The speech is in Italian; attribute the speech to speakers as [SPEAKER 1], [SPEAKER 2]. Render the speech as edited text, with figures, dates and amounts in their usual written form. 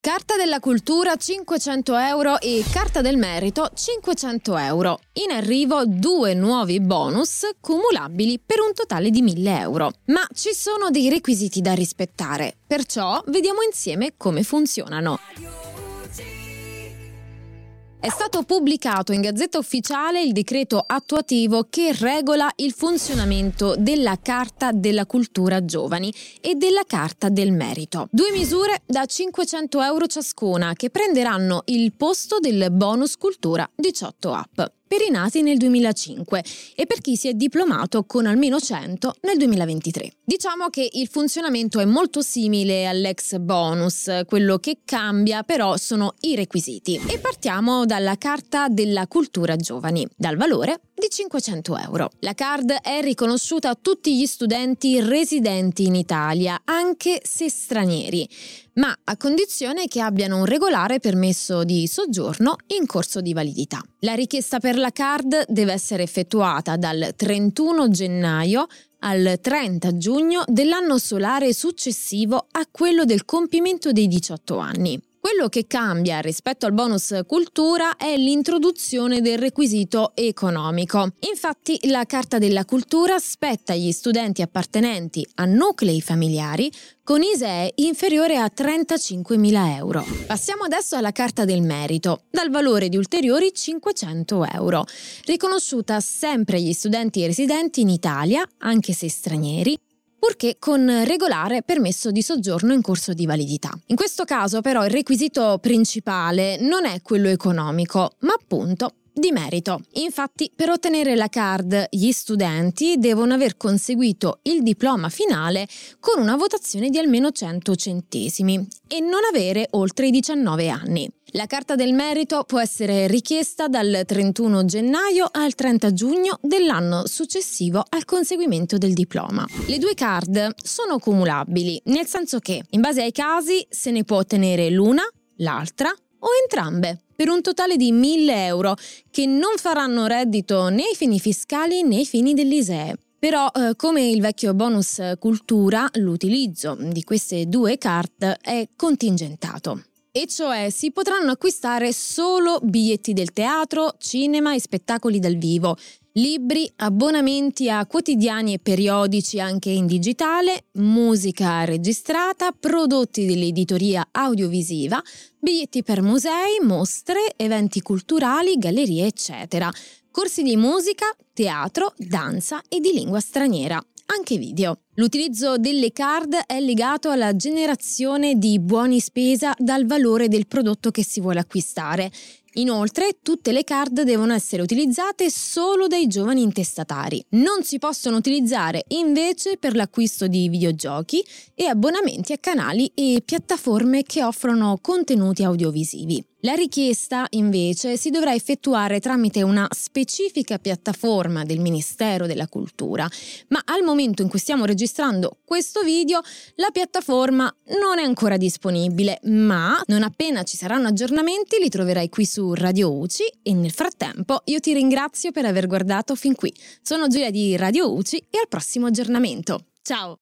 [SPEAKER 1] Carta della cultura 500 euro e carta del merito 500 euro. In arrivo 2 nuovi bonus cumulabili per un totale di 1.000 euro. Ma ci sono dei requisiti da rispettare, perciò vediamo insieme come funzionano. È stato pubblicato in Gazzetta Ufficiale il decreto attuativo che regola il funzionamento della Carta della Cultura Giovani e della Carta del Merito. 2 misure da 500 euro ciascuna che prenderanno il posto del bonus cultura 18 up per i nati nel 2005 e per chi si è diplomato con almeno 100 nel 2023. Diciamo che il funzionamento è molto simile all'ex bonus, quello che cambia però sono i requisiti. E partiamo dalla Carta della Cultura Giovani, dal valore di 500 euro. La card è riconosciuta a tutti gli studenti residenti in Italia, anche se stranieri, ma a condizione che abbiano un regolare permesso di soggiorno in corso di validità. La richiesta per la card deve essere effettuata dal 31 gennaio al 30 giugno dell'anno solare successivo a quello del compimento dei 18 anni. Quello che cambia rispetto al bonus cultura è l'introduzione del requisito economico. Infatti la Carta della Cultura spetta agli studenti appartenenti a nuclei familiari con ISEE inferiore a 35.000 euro. Passiamo adesso alla Carta del Merito, dal valore di ulteriori 500 euro, riconosciuta sempre agli studenti residenti in Italia, anche se stranieri, purché con regolare permesso di soggiorno in corso di validità. In questo caso però il requisito principale non è quello economico, ma appunto di merito. Infatti, per ottenere la card gli studenti devono aver conseguito il diploma finale con una votazione di almeno 100 centesimi e non avere oltre i 19 anni. La carta del merito può essere richiesta dal 31 gennaio al 30 giugno dell'anno successivo al conseguimento del diploma. Le 2 card sono cumulabili, nel senso che, in base ai casi, se ne può ottenere l'una, l'altra o entrambe, per un totale di 1.000 euro, che non faranno reddito né ai fini fiscali né ai fini dell'ISEE. Però, come il vecchio bonus cultura, l'utilizzo di queste 2 card è contingentato. E cioè si potranno acquistare solo biglietti del teatro, cinema e spettacoli dal vivo, libri, abbonamenti a quotidiani e periodici anche in digitale, musica registrata, prodotti dell'editoria audiovisiva, biglietti per musei, mostre, eventi culturali, gallerie, eccetera, corsi di musica, teatro, danza e di lingua straniera, anche video. L'utilizzo delle card è legato alla generazione di buoni spesa dal valore del prodotto che si vuole acquistare. Inoltre, tutte le card devono essere utilizzate solo dai giovani intestatari. Non si possono utilizzare invece per l'acquisto di videogiochi e abbonamenti a canali e piattaforme che offrono contenuti audiovisivi. La richiesta, invece, si dovrà effettuare tramite una specifica piattaforma del Ministero della Cultura, ma al momento in cui stiamo registrando questo video, la piattaforma non è ancora disponibile, ma non appena ci saranno aggiornamenti li troverai qui su Radio UCI e nel frattempo io ti ringrazio per aver guardato fin qui. Sono Giulia di Radio UCI e al prossimo aggiornamento. Ciao!